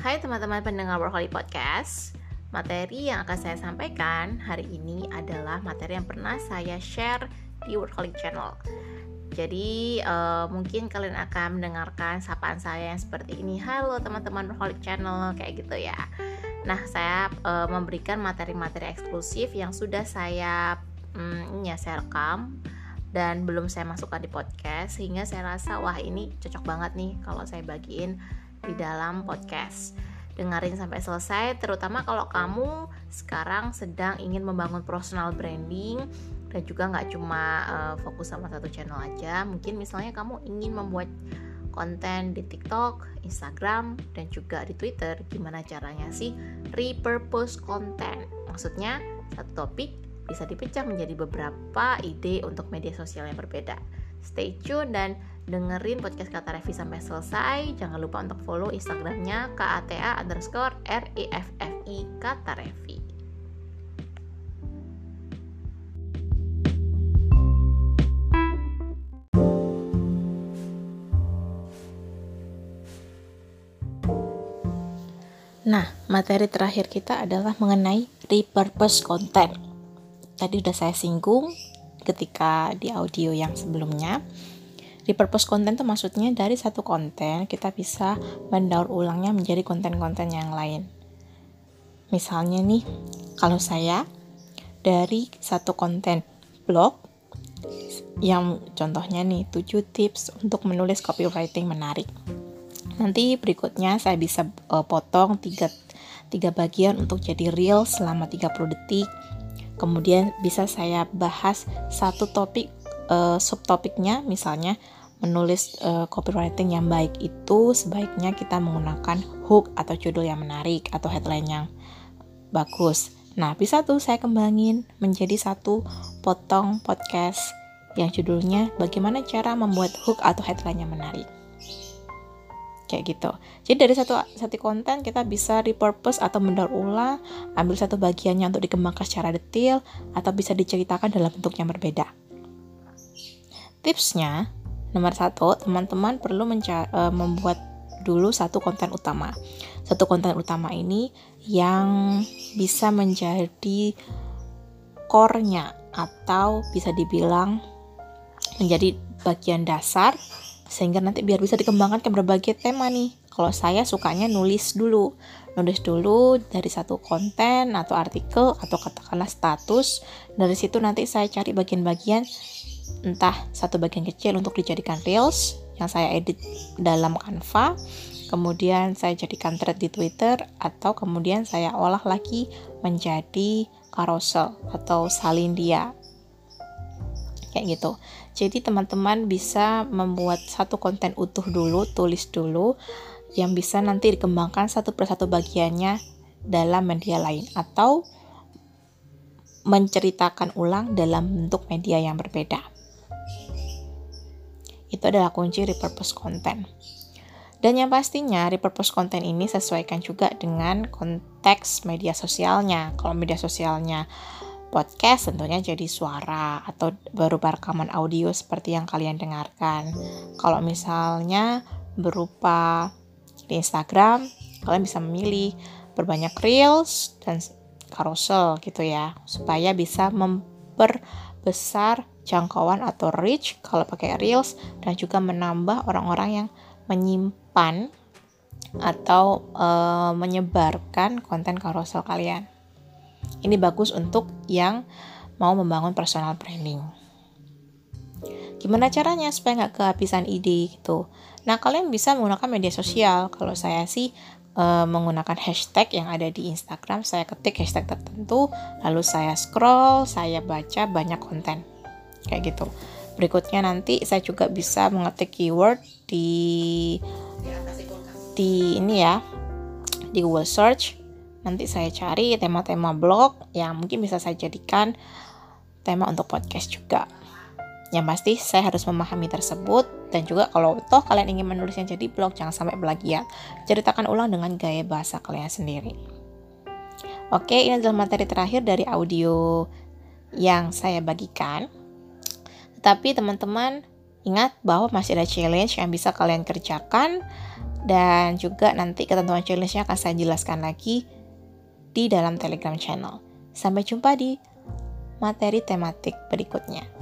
Hai teman-teman pendengar Workaholic Podcast. Materi yang akan saya sampaikan hari ini adalah materi yang pernah saya share di Workaholic Channel. Jadi mungkin kalian akan mendengarkan sapaan saya yang seperti ini. Halo teman-teman Workaholic Channel, kayak gitu ya. Nah, saya memberikan materi-materi eksklusif yang sudah saya rekam dan belum saya masukkan di podcast, sehingga saya rasa wah ini cocok banget nih kalau saya bagiin di dalam podcast. Dengerin sampai selesai, terutama kalau kamu sekarang sedang ingin membangun personal branding dan juga nggak cuma fokus sama satu channel aja. Mungkin misalnya kamu ingin membuat konten di TikTok, Instagram, dan juga di Twitter. Gimana caranya sih repurpose konten? Maksudnya satu topik bisa dipecah menjadi beberapa ide untuk media sosial yang berbeda. Stay tune dan dengerin podcast Kata Revi sampai selesai. Jangan lupa untuk follow Instagramnya KATA_REFFI Kata Revi. Nah, materi terakhir kita adalah mengenai repurpose content. Tadi udah saya singgung ketika di audio yang sebelumnya. Repurpose content itu maksudnya dari satu konten kita bisa mendaur ulangnya menjadi konten-konten yang lain. Misalnya nih, kalau saya dari satu konten blog yang contohnya nih 7 tips untuk menulis copywriting menarik. Nanti berikutnya saya bisa potong 3 bagian untuk jadi reel selama 30 detik. Kemudian bisa saya bahas satu topik, subtopiknya, misalnya menulis copywriting yang baik itu sebaiknya kita menggunakan hook atau judul yang menarik atau headline yang bagus. Nah, bisa tuh saya kembangin menjadi satu potong podcast yang judulnya bagaimana cara membuat hook atau headline yang menarik. Kayak gitu. Jadi dari satu konten kita bisa repurpose atau mendaur ulang, ambil satu bagiannya untuk dikembangkan secara detail, atau bisa diceritakan dalam bentuk yang berbeda. Tipsnya, nomor 1, teman-teman perlu membuat dulu satu konten utama. Satu konten utama ini yang bisa menjadi core-nya, atau bisa dibilang menjadi bagian dasar, sehingga nanti biar bisa dikembangkan ke berbagai tema nih. Kalau saya sukanya nulis dulu dari satu konten atau artikel atau katakanlah status. Dari situ nanti saya cari bagian-bagian, entah satu bagian kecil untuk dijadikan reels yang saya edit dalam Canva, kemudian saya jadikan thread di Twitter, atau kemudian saya olah lagi menjadi carousel atau salin dia. Kayak gitu. Jadi teman-teman bisa membuat satu konten utuh dulu, tulis dulu, yang bisa nanti dikembangkan satu persatu bagiannya dalam media lain, atau menceritakan ulang dalam bentuk media yang berbeda. Itu adalah kunci repurpose content. Dan yang pastinya repurpose content ini sesuaikan juga dengan konteks media sosialnya. Kalau media sosialnya podcast tentunya jadi suara atau berupa rekaman audio seperti yang kalian dengarkan. Kalau misalnya berupa di Instagram, kalian bisa memilih berbanyak reels dan carousel gitu ya, supaya bisa memperbesar jangkauan atau reach kalau pakai reels, dan juga menambah orang-orang yang menyimpan atau menyebarkan konten carousel kalian. Ini bagus untuk yang mau membangun personal branding. Gimana caranya supaya nggak kehabisan ide gitu? Nah, kalian bisa menggunakan media sosial. Kalau saya sih menggunakan hashtag yang ada di Instagram. Saya ketik hashtag tertentu, lalu saya scroll, saya baca banyak konten. Kayak gitu. Berikutnya nanti saya juga bisa mengetik keyword di Google Search. Nanti saya cari tema-tema blog yang mungkin bisa saya jadikan tema untuk podcast juga. Yang pasti saya harus memahami tersebut, dan juga kalau toh kalian ingin menulisnya jadi blog, jangan sampai plagiat. Ceritakan ulang dengan gaya bahasa kalian sendiri. Oke, ini adalah materi terakhir dari audio yang saya bagikan. Tetapi teman-teman ingat bahwa masih ada challenge yang bisa kalian kerjakan. Dan juga nanti ketentuan challenge-nya akan saya jelaskan lagi di dalam Telegram channel. Sampai jumpa di materi tematik berikutnya.